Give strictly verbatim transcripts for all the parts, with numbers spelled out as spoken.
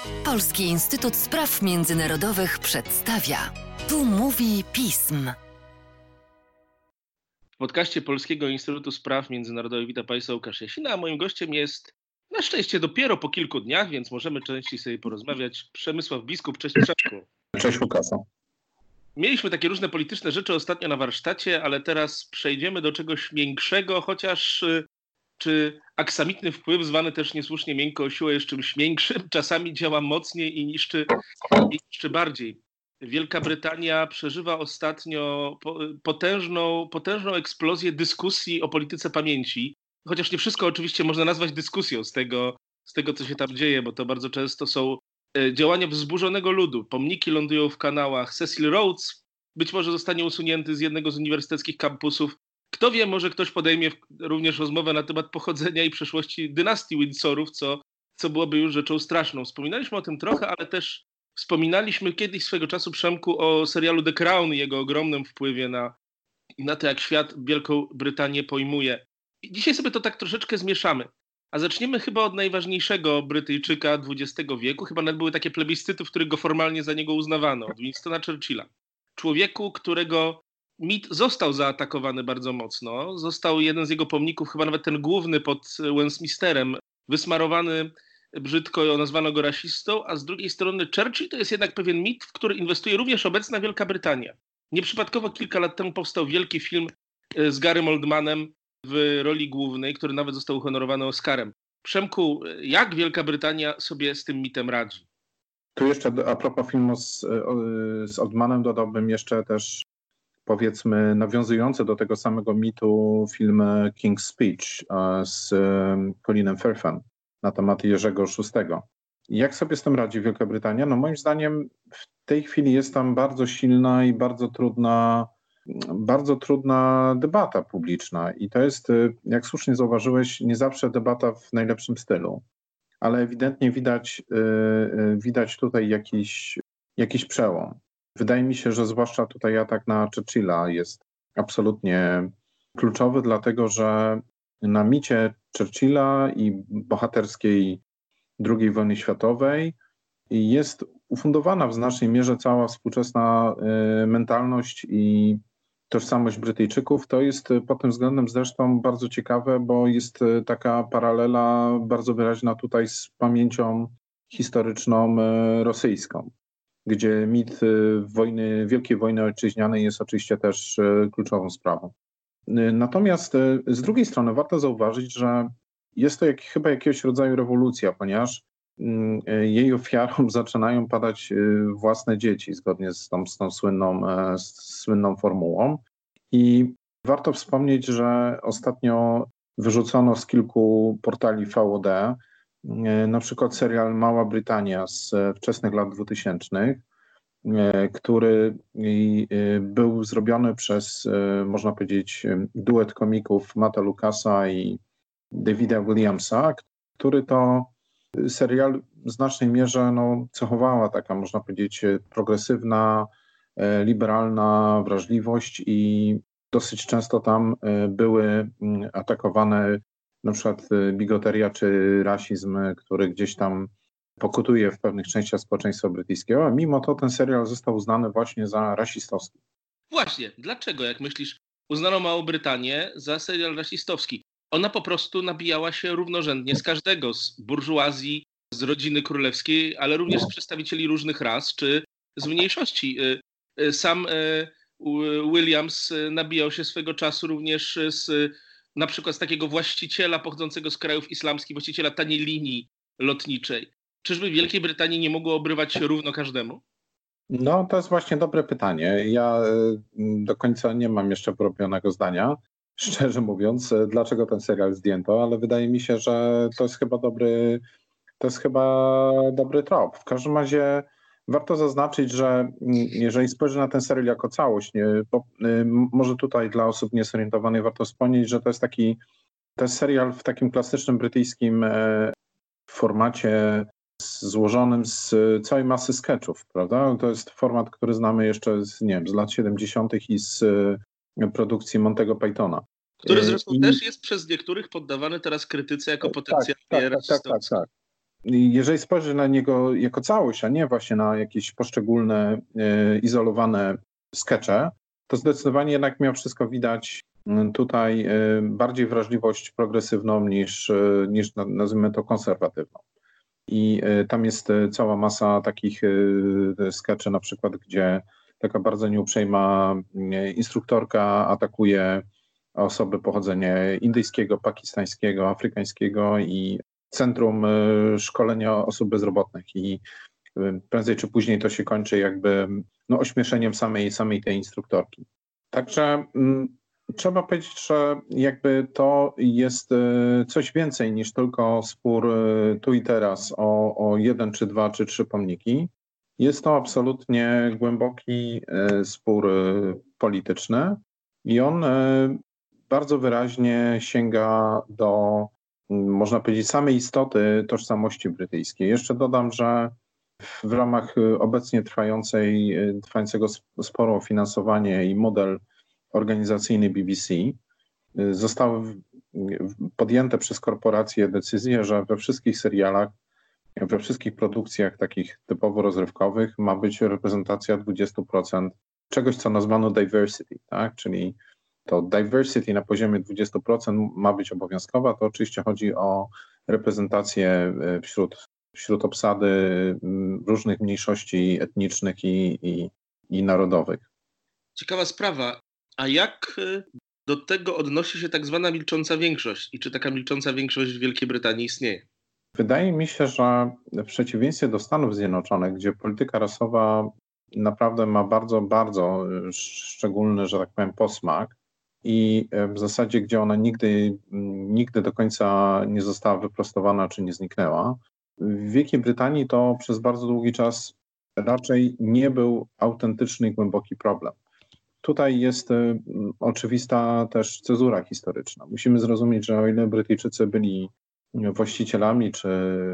Polski Instytut Spraw Międzynarodowych przedstawia. Tu mówi pism. W podcaście Polskiego Instytutu Spraw Międzynarodowych witam Państwa, Łukasz Jasina, a moim gościem jest na szczęście dopiero po kilku dniach, więc możemy częściej sobie porozmawiać, Przemysław Biskup. Cześć Przemku. Cześć Łukaszu. Mieliśmy takie różne polityczne rzeczy ostatnio na warsztacie, ale teraz przejdziemy do czegoś miększego, chociaż czy aksamitny wpływ, zwany też niesłusznie miękko siłą, jest czymś miększym, czasami działa mocniej i niszczy, i niszczy bardziej. Wielka Brytania przeżywa ostatnio potężną, potężną eksplozję dyskusji o polityce pamięci. Chociaż nie wszystko oczywiście można nazwać dyskusją z tego, z tego co się tam dzieje, bo to bardzo często są działania wzburzonego ludu. Pomniki lądują w kanałach. Cecil Rhodes być może zostanie usunięty z jednego z uniwersyteckich kampusów. Kto wie, może ktoś podejmie również rozmowę na temat pochodzenia i przeszłości dynastii Windsorów, co, co byłoby już rzeczą straszną. Wspominaliśmy o tym trochę, ale też wspominaliśmy kiedyś swego czasu, Przemku, o serialu The Crown i jego ogromnym wpływie na, na to, jak świat Wielką Brytanię pojmuje. I dzisiaj sobie to tak troszeczkę zmieszamy. A zaczniemy chyba od najważniejszego Brytyjczyka dwudziestego wieku. Chyba nawet były takie plebiscyty, w których go formalnie za niego uznawano. Od Winstona Churchilla. Człowieku, którego mit został zaatakowany bardzo mocno. Został jeden z jego pomników, chyba nawet ten główny pod Westminsterem, wysmarowany brzydko, nazwano go rasistą, a z drugiej strony Churchill to jest jednak pewien mit, w który inwestuje również obecna Wielka Brytania. Nieprzypadkowo kilka lat temu powstał wielki film z Garym Oldmanem w roli głównej, który nawet został uhonorowany Oscarem. Przemku, jak Wielka Brytania sobie z tym mitem radzi? Tu jeszcze a propos filmu z, z Oldmanem dodałbym jeszcze też, powiedzmy, nawiązujący do tego samego mitu film King's Speech z Colinem Firthem na temat Jerzego szóstego. Jak sobie z tym radzi Wielka Brytania? No moim zdaniem w tej chwili jest tam bardzo silna i bardzo trudna, bardzo trudna debata publiczna i to jest, jak słusznie zauważyłeś, nie zawsze debata w najlepszym stylu, ale ewidentnie widać, widać tutaj jakiś, jakiś przełom. Wydaje mi się, że zwłaszcza tutaj atak na Churchilla jest absolutnie kluczowy, dlatego że na micie Churchilla i bohaterskiej drugiej wojny światowej jest ufundowana w znacznej mierze cała współczesna y, mentalność i tożsamość Brytyjczyków. To jest pod tym względem zresztą bardzo ciekawe, bo jest taka paralela bardzo wyraźna tutaj z pamięcią historyczną y, rosyjską, gdzie mit wojny, Wielkiej Wojny Ojczyźnianej jest oczywiście też kluczową sprawą. Natomiast z drugiej strony warto zauważyć, że jest to jak, chyba jakiegoś rodzaju rewolucja, ponieważ jej ofiarą zaczynają padać własne dzieci, zgodnie z tą, z tą słynną, z słynną formułą. I warto wspomnieć, że ostatnio wyrzucono z kilku portali V O D na przykład serial Mała Brytania z wczesnych lat dwutysięcznych, który był zrobiony przez, można powiedzieć, duet komików Matta Lucasa i Davida Williamsa, który to serial w znacznej mierze no, cechowała taka, można powiedzieć, progresywna, liberalna wrażliwość i dosyć często tam były atakowane na przykład bigoteria czy rasizm, który gdzieś tam pokutuje w pewnych częściach społeczeństwa brytyjskiego, a mimo to ten serial został uznany właśnie za rasistowski. Właśnie, dlaczego, jak myślisz, uznano Małą Brytanię za serial rasistowski? Ona po prostu nabijała się równorzędnie z każdego, z burżuazji, z rodziny królewskiej, ale również z przedstawicieli różnych ras czy z mniejszości. Sam Williams nabijał się swego czasu również z, na przykład z takiego właściciela pochodzącego z krajów islamskich, właściciela taniej linii lotniczej. Czyżby w Wielkiej Brytanii nie mogło obrywać się równo każdemu? No to jest właśnie dobre pytanie. Ja do końca nie mam jeszcze porobionego zdania, szczerze mówiąc, dlaczego ten serial zdjęto, ale wydaje mi się, że to jest chyba dobry, to jest chyba dobry trop. W każdym razie warto zaznaczyć, że jeżeli spojrzy na ten serial jako całość, nie, bo, może tutaj dla osób niezorientowanych warto wspomnieć, że to jest taki, to jest serial w takim klasycznym brytyjskim formacie złożonym z całej masy sketchów, prawda? To jest format, który znamy jeszcze z, nie wiem, z lat siedemdziesiątych i z produkcji Montego Pythona. Który zresztą I... też jest przez niektórych poddawany teraz krytyce jako potencjalnie tak, tak, tak, tak, tak, tak. jeżeli spojrzy na niego jako całość, a nie właśnie na jakieś poszczególne, izolowane skecze, to zdecydowanie jednak mimo wszystko widać tutaj bardziej wrażliwość progresywną niż, niż nazwijmy to konserwatywną. I tam jest cała masa takich skeczy, na przykład, gdzie taka bardzo nieuprzejma instruktorka atakuje osoby pochodzenia indyjskiego, pakistańskiego, afrykańskiego i Centrum Szkolenia Osób Bezrobotnych. I prędzej czy później to się kończy jakby no, ośmieszeniem samej, samej tej instruktorki. Także m, trzeba powiedzieć, że jakby to jest coś więcej niż tylko spór tu i teraz o, o jeden, czy dwa, czy trzy pomniki. Jest to absolutnie głęboki spór polityczny i on bardzo wyraźnie sięga do, można powiedzieć, samej istoty tożsamości brytyjskiej. Jeszcze dodam, że w ramach obecnie trwającej, trwającego sporu o finansowanie i model organizacyjny B B C zostały podjęte przez korporacje decyzje, że we wszystkich serialach, we wszystkich produkcjach takich typowo rozrywkowych ma być reprezentacja dwadzieścia procent czegoś, co nazwano diversity, tak? Czyli to diversity na poziomie dwadzieścia procent ma być obowiązkowa. To oczywiście chodzi o reprezentację wśród, wśród obsady różnych mniejszości etnicznych i, i, i narodowych. Ciekawa sprawa. A jak do tego odnosi się tak zwana milcząca większość? I czy taka milcząca większość w Wielkiej Brytanii istnieje? Wydaje mi się, że w przeciwieństwie do Stanów Zjednoczonych, gdzie polityka rasowa naprawdę ma bardzo, bardzo szczególny, że tak powiem, posmak i w zasadzie, gdzie ona nigdy, nigdy do końca nie została wyprostowana czy nie zniknęła, w Wielkiej Brytanii to przez bardzo długi czas raczej nie był autentyczny i głęboki problem. Tutaj jest y, oczywista też cezura historyczna. Musimy zrozumieć, że o ile Brytyjczycy byli właścicielami czy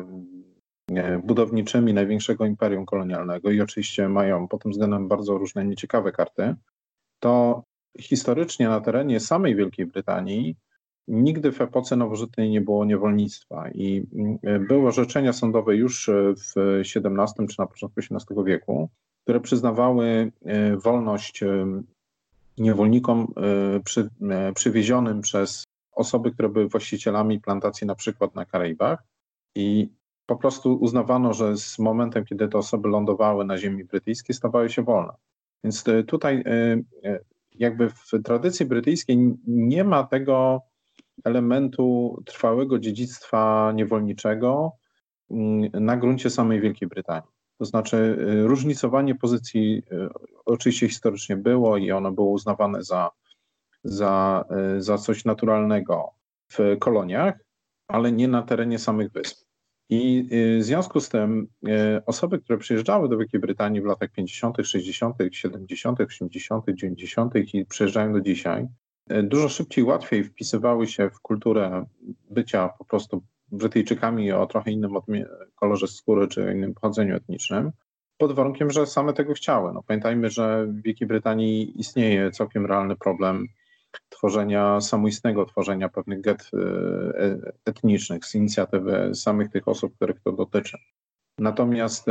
nie, budowniczymi największego imperium kolonialnego i oczywiście mają pod tym względem bardzo różne nieciekawe karty, to historycznie na terenie samej Wielkiej Brytanii nigdy w epoce nowożytnej nie było niewolnictwa i były orzeczenia sądowe już w siedemnastym czy na początku osiemnastego wieku, które przyznawały wolność niewolnikom przy, przywiezionym przez osoby, które były właścicielami plantacji na przykład na Karaibach i po prostu uznawano, że z momentem, kiedy te osoby lądowały na ziemi brytyjskiej, stawały się wolne. Więc tutaj jakby w tradycji brytyjskiej nie ma tego elementu trwałego dziedzictwa niewolniczego na gruncie samej Wielkiej Brytanii. To znaczy różnicowanie pozycji oczywiście historycznie było i ono było uznawane za, za, za coś naturalnego w koloniach, ale nie na terenie samych wysp. I w związku z tym osoby, które przyjeżdżały do Wielkiej Brytanii w latach pięćdziesiątych, sześćdziesiątych, siedemdziesiątych, osiemdziesiątych, dziewięćdziesiątych i przyjeżdżają do dzisiaj, dużo szybciej, łatwiej wpisywały się w kulturę bycia po prostu Brytyjczykami o trochę innym kolorze skóry czy innym pochodzeniu etnicznym, pod warunkiem, że same tego chciały. No, pamiętajmy, że w Wielkiej Brytanii istnieje całkiem realny problem tworzenia samoistnego, tworzenia pewnych get etnicznych z inicjatywy samych tych osób, których to dotyczy. Natomiast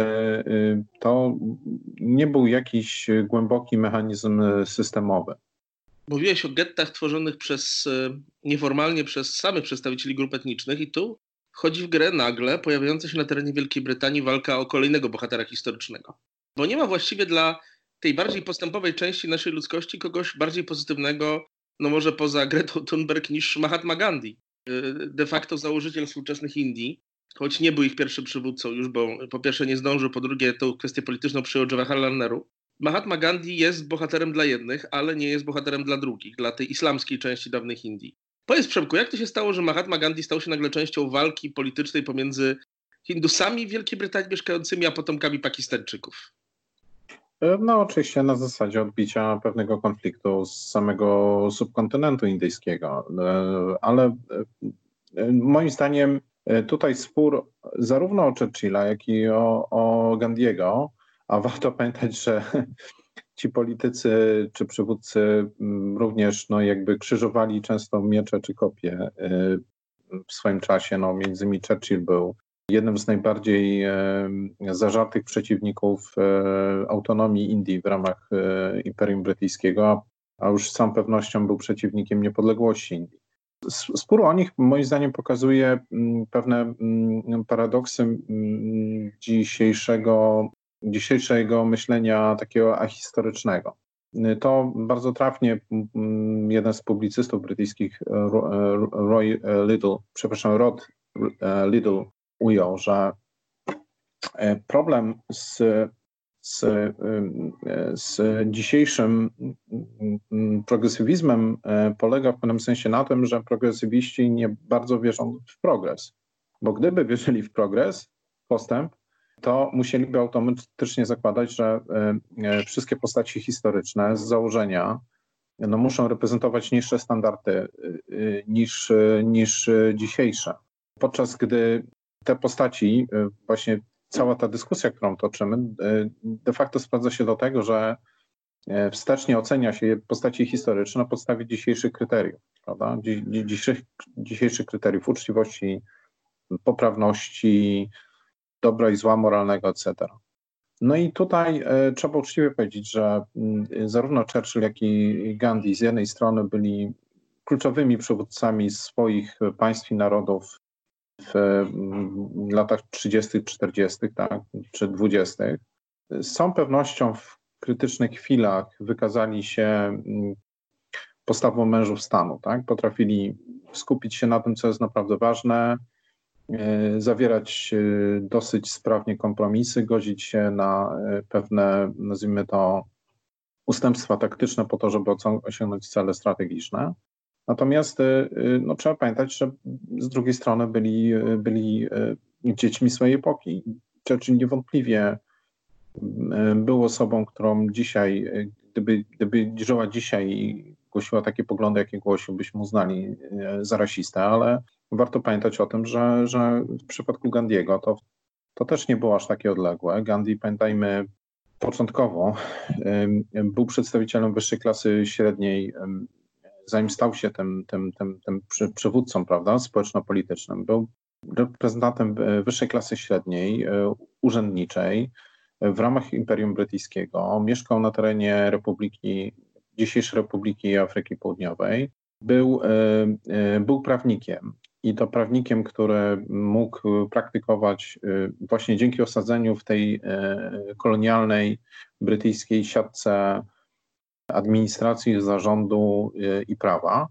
to nie był jakiś głęboki mechanizm systemowy. Mówiłeś o gettach tworzonych przez, nieformalnie przez samych przedstawicieli grup etnicznych i tu wchodzi w grę nagle pojawiająca się na terenie Wielkiej Brytanii walka o kolejnego bohatera historycznego. Bo nie ma właściwie dla tej bardziej postępowej części naszej ludzkości kogoś bardziej pozytywnego, no może poza Gretą Thunberg, niż Mahatma Gandhi, de facto założyciel współczesnych Indii, choć nie był ich pierwszym przywódcą już, bo po pierwsze nie zdążył, po drugie tę kwestię polityczną przyjął Jawaharlal Nehru. Mahatma Gandhi jest bohaterem dla jednych, ale nie jest bohaterem dla drugich, dla tej islamskiej części dawnych Indii. Powiedz, Przemku, jak to się stało, że Mahatma Gandhi stał się nagle częścią walki politycznej pomiędzy Hindusami w Wielkiej Brytanii mieszkającymi, a potomkami Pakistańczyków? No oczywiście na zasadzie odbicia pewnego konfliktu z samego subkontynentu indyjskiego, ale moim zdaniem tutaj spór zarówno o Churchilla, jak i o, o Gandhiego, a warto pamiętać, że ci politycy czy przywódcy również no, jakby krzyżowali często miecze czy kopie w swoim czasie. No, między innymi Churchill był jednym z najbardziej zażartych przeciwników autonomii Indii w ramach Imperium Brytyjskiego, a już z całą pewnością był przeciwnikiem niepodległości Indii. Spór o nich moim zdaniem pokazuje pewne paradoksy dzisiejszego, dzisiejszego myślenia takiego ahistorycznego. To bardzo trafnie jeden z publicystów brytyjskich, Roy Liddell, przepraszam, Rod Liddell, ujął, że problem z, z, z dzisiejszym progresywizmem polega w pewnym sensie na tym, że progresywiści nie bardzo wierzą w progres. Bo gdyby wierzyli w progres, postęp, to musieliby automatycznie zakładać, że wszystkie postaci historyczne z założenia no, muszą reprezentować niższe standardy niż, niż dzisiejsze. Podczas gdy te postaci, właśnie cała ta dyskusja, którą toczymy, de facto sprawdza się do tego, że wstecznie ocenia się postaci historyczne na podstawie dzisiejszych kryteriów, prawda? Dzisiejszych, dzisiejszych kryteriów uczciwości, poprawności, dobra i zła moralnego, et cetera. No i tutaj e, trzeba uczciwie powiedzieć, że m, zarówno Churchill, jak i Gandhi z jednej strony byli kluczowymi przywódcami swoich państw i narodów w m, latach trzydziestych, czterdziestych, tak, czy dwudziestych. Z całą pewnością w krytycznych chwilach wykazali się m, postawą mężów stanu, tak? Potrafili skupić się na tym, co jest naprawdę ważne, zawierać dosyć sprawnie kompromisy, godzić się na pewne, nazwijmy to, ustępstwa taktyczne po to, żeby osiągnąć cele strategiczne. Natomiast no, trzeba pamiętać, że z drugiej strony byli, byli dziećmi swojej epoki. Churchill niewątpliwie był osobą, którą dzisiaj, gdyby, gdyby żyła dzisiaj i głosiła takie poglądy, jakie głosił, byśmy uznali za rasistę, ale warto pamiętać o tym, że, że w przypadku Gandhiego to, to też nie było aż takie odległe. Gandhi, pamiętajmy, początkowo um, był przedstawicielem wyższej klasy średniej, um, zanim stał się tym, tym, tym, tym przy, przywódcą, prawda, społeczno-politycznym. Był reprezentantem wyższej klasy średniej, um, urzędniczej w ramach Imperium Brytyjskiego. Mieszkał na terenie Republiki, dzisiejszej Republiki Afryki Południowej. Był, był prawnikiem i to prawnikiem, który mógł praktykować właśnie dzięki osadzeniu w tej kolonialnej brytyjskiej siatce administracji, zarządu i prawa.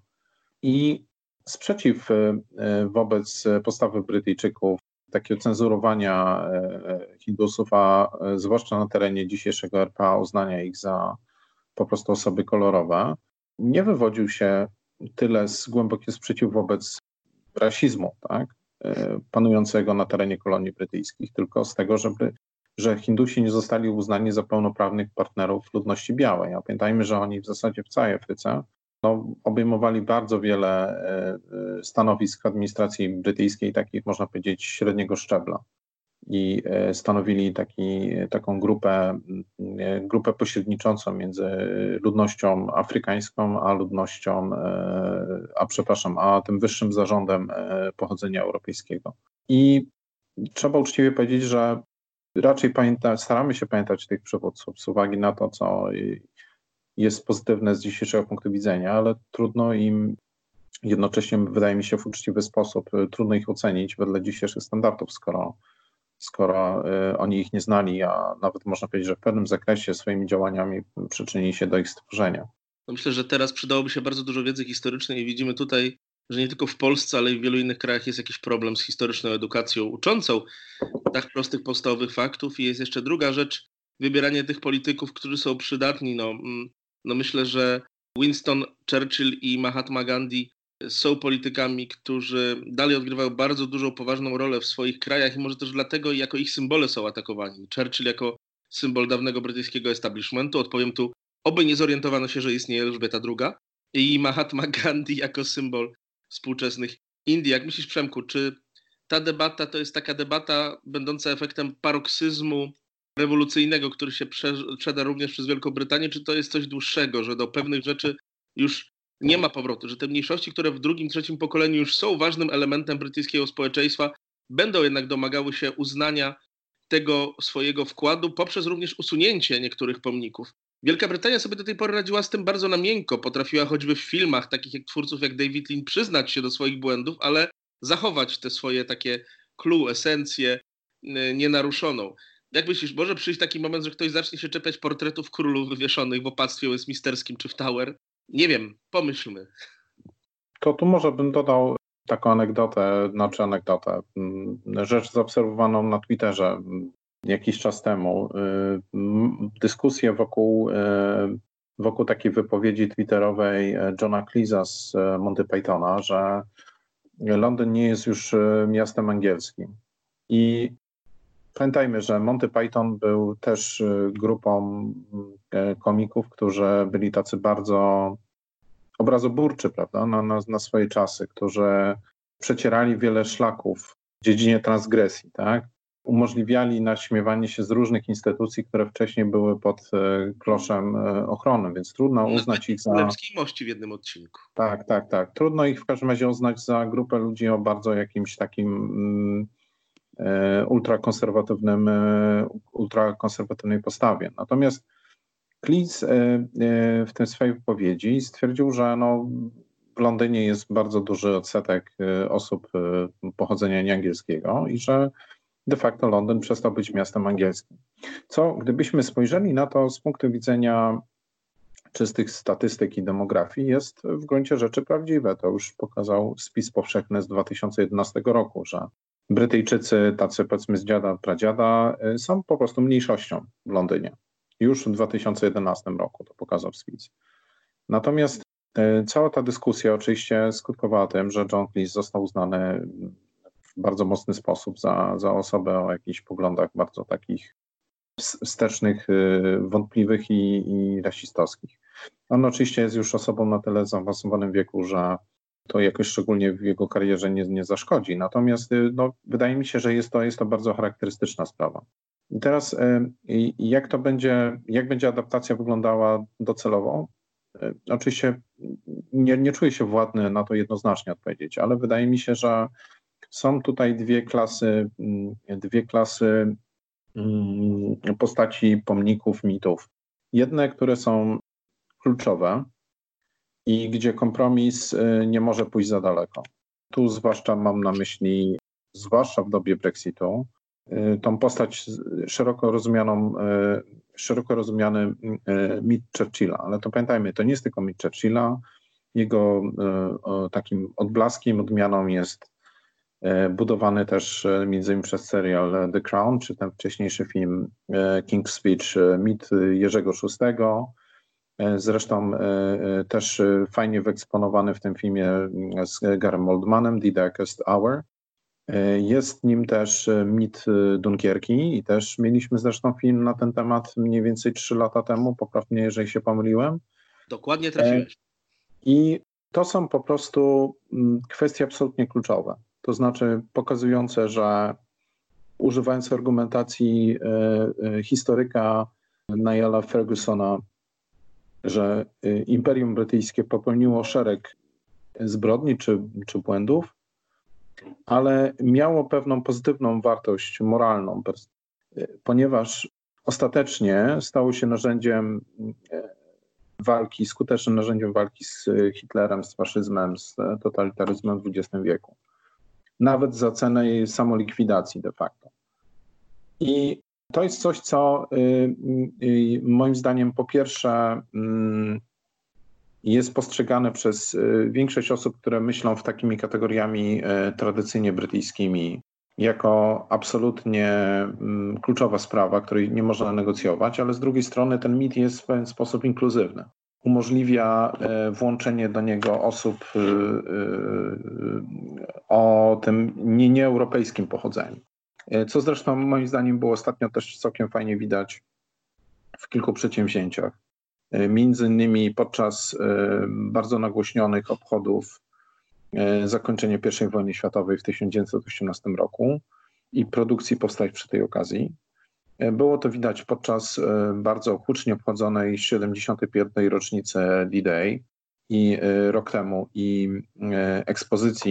I sprzeciw wobec postawy Brytyjczyków, takiego cenzurowania Hindusów, a zwłaszcza na terenie dzisiejszego R P A, uznania ich za po prostu osoby kolorowe, nie wywodził się tyle z głębokiego sprzeciwu wobec rasizmu, tak, panującego na terenie kolonii brytyjskich, tylko z tego, żeby, że Hindusi nie zostali uznani za pełnoprawnych partnerów ludności białej. A pamiętajmy, że oni w zasadzie w całej Afryce no, obejmowali bardzo wiele stanowisk administracji brytyjskiej, takich można powiedzieć średniego szczebla. I stanowili taki, taką grupę, grupę pośredniczącą między ludnością afrykańską, a ludnością, a przepraszam, a tym wyższym zarządem pochodzenia europejskiego. I trzeba uczciwie powiedzieć, że raczej pamięta, staramy się pamiętać tych przywódców z uwagi na to, co jest pozytywne z dzisiejszego punktu widzenia, ale trudno im jednocześnie, wydaje mi się, w uczciwy sposób, trudno ich ocenić wedle dzisiejszych standardów, skoro skoro y, oni ich nie znali, a nawet można powiedzieć, że w pewnym zakresie swoimi działaniami przyczynili się do ich stworzenia. No myślę, że teraz przydałoby się bardzo dużo wiedzy historycznej i widzimy tutaj, że nie tylko w Polsce, ale i w wielu innych krajach jest jakiś problem z historyczną edukacją uczącą tak prostych, podstawowych faktów. I jest jeszcze druga rzecz, wybieranie tych polityków, którzy są przydatni. No, no myślę, że Winston Churchill i Mahatma Gandhi są politykami, którzy dalej odgrywają bardzo dużą, poważną rolę w swoich krajach i może też dlatego jako ich symbole są atakowani. Churchill jako symbol dawnego brytyjskiego establishmentu, odpowiem tu, oby nie zorientowano się, że istnieje Elżbieta druga, i Mahatma Gandhi jako symbol współczesnych Indii. Jak myślisz, Przemku, czy ta debata to jest taka debata będąca efektem paroksyzmu rewolucyjnego, który się przeda również przez Wielką Brytanię, czy to jest coś dłuższego, że do pewnych rzeczy już nie ma powrotu, że te mniejszości, które w drugim, trzecim pokoleniu już są ważnym elementem brytyjskiego społeczeństwa, będą jednak domagały się uznania tego swojego wkładu poprzez również usunięcie niektórych pomników. Wielka Brytania sobie do tej pory radziła z tym bardzo na miękko. Potrafiła choćby w filmach takich jak twórców jak David Lean przyznać się do swoich błędów, ale zachować te swoje takie clue, esencję nienaruszoną. Jak myślisz, może przyjść taki moment, że ktoś zacznie się czepiać portretów królów wywieszonych w opactwie westminsterskim czy w Tower? Nie wiem, pomyślmy. To tu może bym dodał taką anegdotę, znaczy anegdotę, rzecz zaobserwowaną na Twitterze jakiś czas temu. Dyskusję wokół, wokół takiej wypowiedzi twitterowej Johna Cleese'a z Monty Pythona, że Londyn nie jest już miastem angielskim. I pamiętajmy, że Monty Python był też grupą komików, którzy byli tacy bardzo obrazoburczy, prawda, na, na, na swoje czasy, którzy przecierali wiele szlaków w dziedzinie transgresji, tak? Umożliwiali naśmiewanie się z różnych instytucji, które wcześniej były pod kloszem ochrony, więc trudno uznać ich za... Królewskiej Mości w jednym odcinku. Tak, tak, tak. Trudno ich w każdym razie uznać za grupę ludzi o bardzo jakimś takim mm, ultrakonserwatywnym, ultrakonserwatywnej postawie. Natomiast Cleese w tej swojej wypowiedzi stwierdził, że no, w Londynie jest bardzo duży odsetek osób pochodzenia nieangielskiego i że de facto Londyn przestał być miastem angielskim. Co, gdybyśmy spojrzeli na to z punktu widzenia czystych statystyk i demografii, jest w gruncie rzeczy prawdziwe. To już pokazał spis powszechny z dwa tysiące jedenastego roku, że Brytyjczycy, tacy powiedzmy z dziada, pradziada, są po prostu mniejszością w Londynie. Już w dwa tysiące jedenastym roku to pokazał spis. Natomiast cała ta dyskusja oczywiście skutkowała tym, że John Cleese został uznany w bardzo mocny sposób za, za osobę o jakichś poglądach bardzo takich wstecznych, wątpliwych i, i rasistowskich. On oczywiście jest już osobą na tyle zaawansowanym wieku, że to jakoś szczególnie w jego karierze nie, nie zaszkodzi. Natomiast no, wydaje mi się, że jest to, jest to bardzo charakterystyczna sprawa. I teraz jak to będzie, jak będzie adaptacja wyglądała docelowo? Oczywiście nie, nie czuję się władny na to jednoznacznie odpowiedzieć, ale wydaje mi się, że są tutaj dwie klasy, dwie klasy postaci, pomników, mitów. Jedne, które są kluczowe i gdzie kompromis nie może pójść za daleko. Tu zwłaszcza mam na myśli, zwłaszcza w dobie Brexitu, tą postać szeroko rozumianą, szeroko rozumiany mit Churchilla. Ale to pamiętajmy, to nie jest tylko mit Churchilla. Jego takim odblaskiem, odmianą jest budowany też między innymi przez serial The Crown, czy ten wcześniejszy film King's Speech, mit Jerzego szóstego. Zresztą też fajnie wyeksponowany w tym filmie z Garym Oldmanem, The Darkest Hour. Jest nim też mit Dunkierki i też mieliśmy zresztą film na ten temat mniej więcej trzy lata temu, popraw mnie, jeżeli się pomyliłem. Dokładnie trafiłeś. I to są po prostu kwestie absolutnie kluczowe. To znaczy pokazujące, że używając argumentacji historyka Nialla Fergusona, że Imperium Brytyjskie popełniło szereg zbrodni czy, czy błędów, ale miało pewną pozytywną wartość moralną, ponieważ ostatecznie stało się narzędziem walki, skutecznym narzędziem walki z Hitlerem, z faszyzmem, z totalitaryzmem w dwudziestym wieku. Nawet za cenę jej samolikwidacji de facto. I to jest coś, co y, y, moim zdaniem po pierwsze y, jest postrzegane przez y, większość osób, które myślą w takimi kategoriami y, tradycyjnie brytyjskimi, jako absolutnie y, kluczowa sprawa, której nie można negocjować, ale z drugiej strony ten mit jest w pewien sposób inkluzywny. Umożliwia y, włączenie do niego osób y, y, o tym nie, nieeuropejskim pochodzeniu. Co zresztą moim zdaniem było ostatnio też całkiem fajnie widać w kilku przedsięwzięciach. Między innymi podczas bardzo nagłośnionych obchodów zakończenia pierwszej wojny światowej w tysiąc dziewięćset osiemnastym roku i produkcji powstać przy tej okazji. Było to widać podczas bardzo hucznie obchodzonej siedemdziesiątej piątej rocznicy D-Day i rok temu i ekspozycji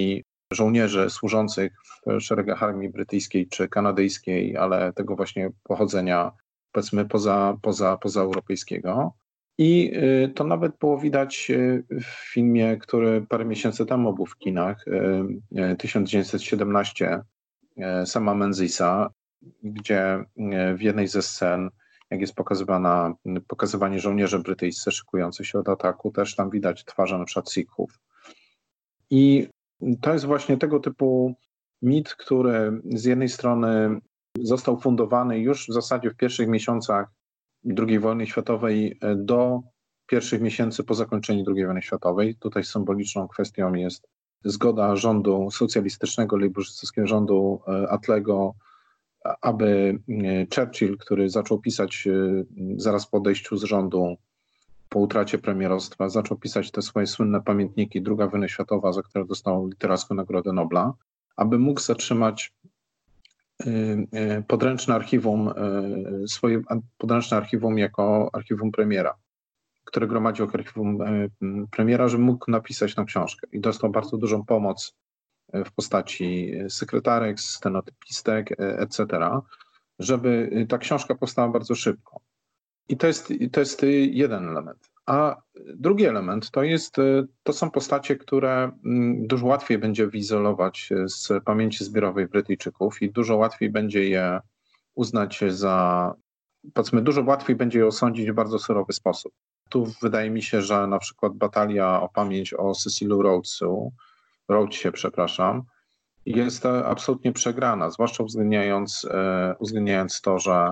żołnierzy służących w szeregach armii brytyjskiej czy kanadyjskiej, ale tego właśnie pochodzenia, powiedzmy, poza, poza, pozaeuropejskiego. I to nawet było widać w filmie, który parę miesięcy temu był w kinach, tysiąc dziewięćset siedemnaście, Sama Menzisa, gdzie w jednej ze scen, jak jest pokazywana, pokazywanie żołnierzy brytyjscy szykujących się do ataku, też tam widać twarze na przykład Sikhów. I to jest właśnie tego typu mit, który z jednej strony został fundowany już w zasadzie w pierwszych miesiącach drugiej wojny światowej do pierwszych miesięcy po zakończeniu drugiej wojny światowej. Tutaj symboliczną kwestią jest zgoda rządu socjalistycznego, lejburzystowskiego rządu Attleego, aby Churchill, który zaczął pisać zaraz po odejściu z rządu, po utracie premierostwa, zaczął pisać te swoje słynne pamiętniki druga wojna światowa, za które dostał literacką Nagrodę Nobla, aby mógł zatrzymać podręczne archiwum, swoje podręczne archiwum jako archiwum premiera, które gromadził jako archiwum premiera, żeby mógł napisać tę książkę. I dostał bardzo dużą pomoc w postaci sekretarek, stenotypistek, et cetera, żeby ta książka powstała bardzo szybko. I to jest, to jest jeden element. A drugi element to, jest, to są postacie, które dużo łatwiej będzie wyizolować z pamięci zbiorowej Brytyjczyków i dużo łatwiej będzie je uznać za, powiedzmy, dużo łatwiej będzie je osądzić w bardzo surowy sposób. Tu wydaje mi się, że na przykład batalia o pamięć o Cecilu Rhodesu, Rhodesie, przepraszam, jest absolutnie przegrana, zwłaszcza uwzględniając, uwzględniając to, że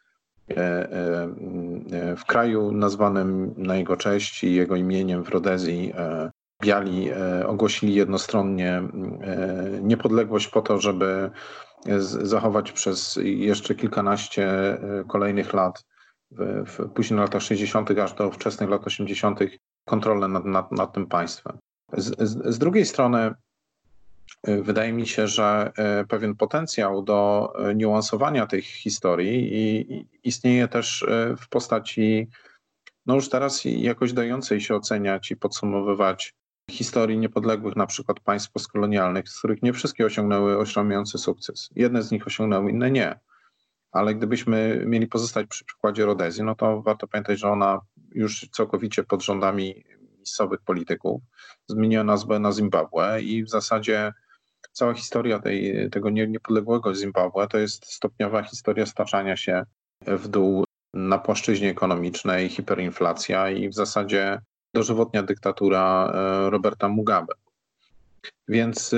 w kraju nazwanym na jego cześć i jego imieniem w Rodezji Biali ogłosili jednostronnie niepodległość po to, żeby zachować przez jeszcze kilkanaście kolejnych lat, w, w później latach sześćdziesiątych aż do wczesnych lat osiemdziesiątych kontrolę nad, nad, nad tym państwem. Z, z, z drugiej strony wydaje mi się, że pewien potencjał do niuansowania tych historii i istnieje też w postaci, no już teraz jakoś dającej się oceniać i podsumowywać historii niepodległych na przykład państw postkolonialnych, z których nie wszystkie osiągnęły oszałamiający sukces. Jedne z nich osiągnęły, inne nie. Ale gdybyśmy mieli pozostać przy przykładzie Rodezji, no to warto pamiętać, że ona już całkowicie pod rządami miejscowych polityków zmieniła nazwę na Zimbabwe i w zasadzie cała historia tej, tego niepodległego Zimbabwe to jest stopniowa historia staczania się w dół na płaszczyźnie ekonomicznej, hiperinflacja i w zasadzie dożywotnia dyktatura Roberta Mugabe. Więc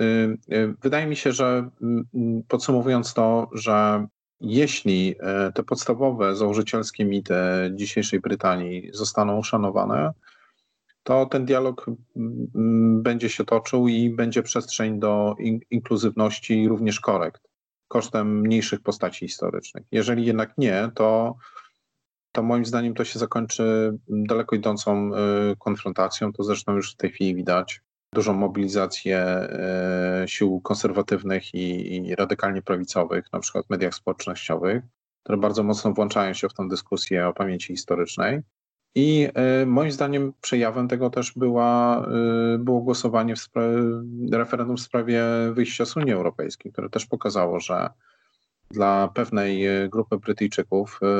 wydaje mi się, że podsumowując to, że jeśli te podstawowe założycielskie mity dzisiejszej Brytanii zostaną uszanowane, to ten dialog będzie się toczył i będzie przestrzeń do in- inkluzywności i również korekt kosztem mniejszych postaci historycznych. Jeżeli jednak nie, to, to moim zdaniem to się zakończy daleko idącą y, konfrontacją. To zresztą już w tej chwili widać dużą mobilizację y, sił konserwatywnych i, i radykalnie prawicowych, na przykład w mediach społecznościowych, które bardzo mocno włączają się w tę dyskusję o pamięci historycznej. I y, moim zdaniem przejawem tego też była, y, było głosowanie w spra- referendum w sprawie wyjścia z Unii Europejskiej, które też pokazało, że dla pewnej grupy Brytyjczyków y,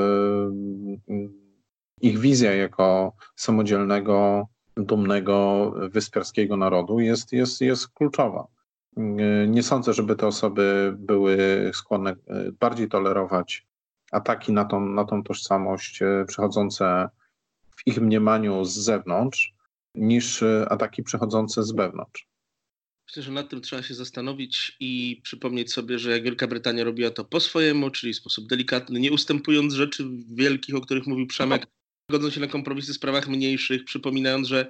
y, ich wizja jako samodzielnego, dumnego, wyspiarskiego narodu jest, jest, jest kluczowa. Y, nie sądzę, żeby te osoby były skłonne bardziej tolerować ataki na tą, na tą tożsamość y, przechodzące w ich mniemaniu z zewnątrz, niż ataki przechodzące z wewnątrz. Myślę, że nad tym trzeba się zastanowić i przypomnieć sobie, że jak Wielka Brytania robiła to po swojemu, czyli w sposób delikatny, nie ustępując rzeczy wielkich, o których mówił Przemek, godząc się na kompromisy w sprawach mniejszych, przypominając, że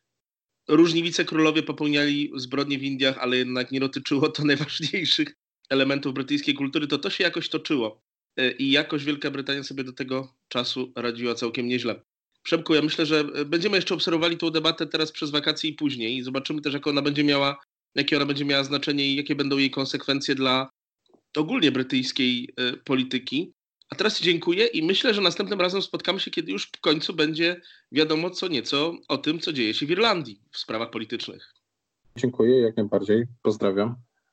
różni wicekrólowie popełniali zbrodnie w Indiach, ale jednak nie dotyczyło to najważniejszych elementów brytyjskiej kultury, to to się jakoś toczyło. I jakoś Wielka Brytania sobie do tego czasu radziła całkiem nieźle. Przemku, ja myślę, że będziemy jeszcze obserwowali tę debatę teraz przez wakacje i później i zobaczymy też, jak ona będzie miała, jakie ona będzie miała znaczenie i jakie będą jej konsekwencje dla ogólnie brytyjskiej y, polityki. A teraz dziękuję i myślę, że następnym razem spotkamy się, kiedy już w końcu będzie wiadomo co nieco o tym, co dzieje się w Irlandii w sprawach politycznych. Dziękuję, jak najbardziej. Pozdrawiam.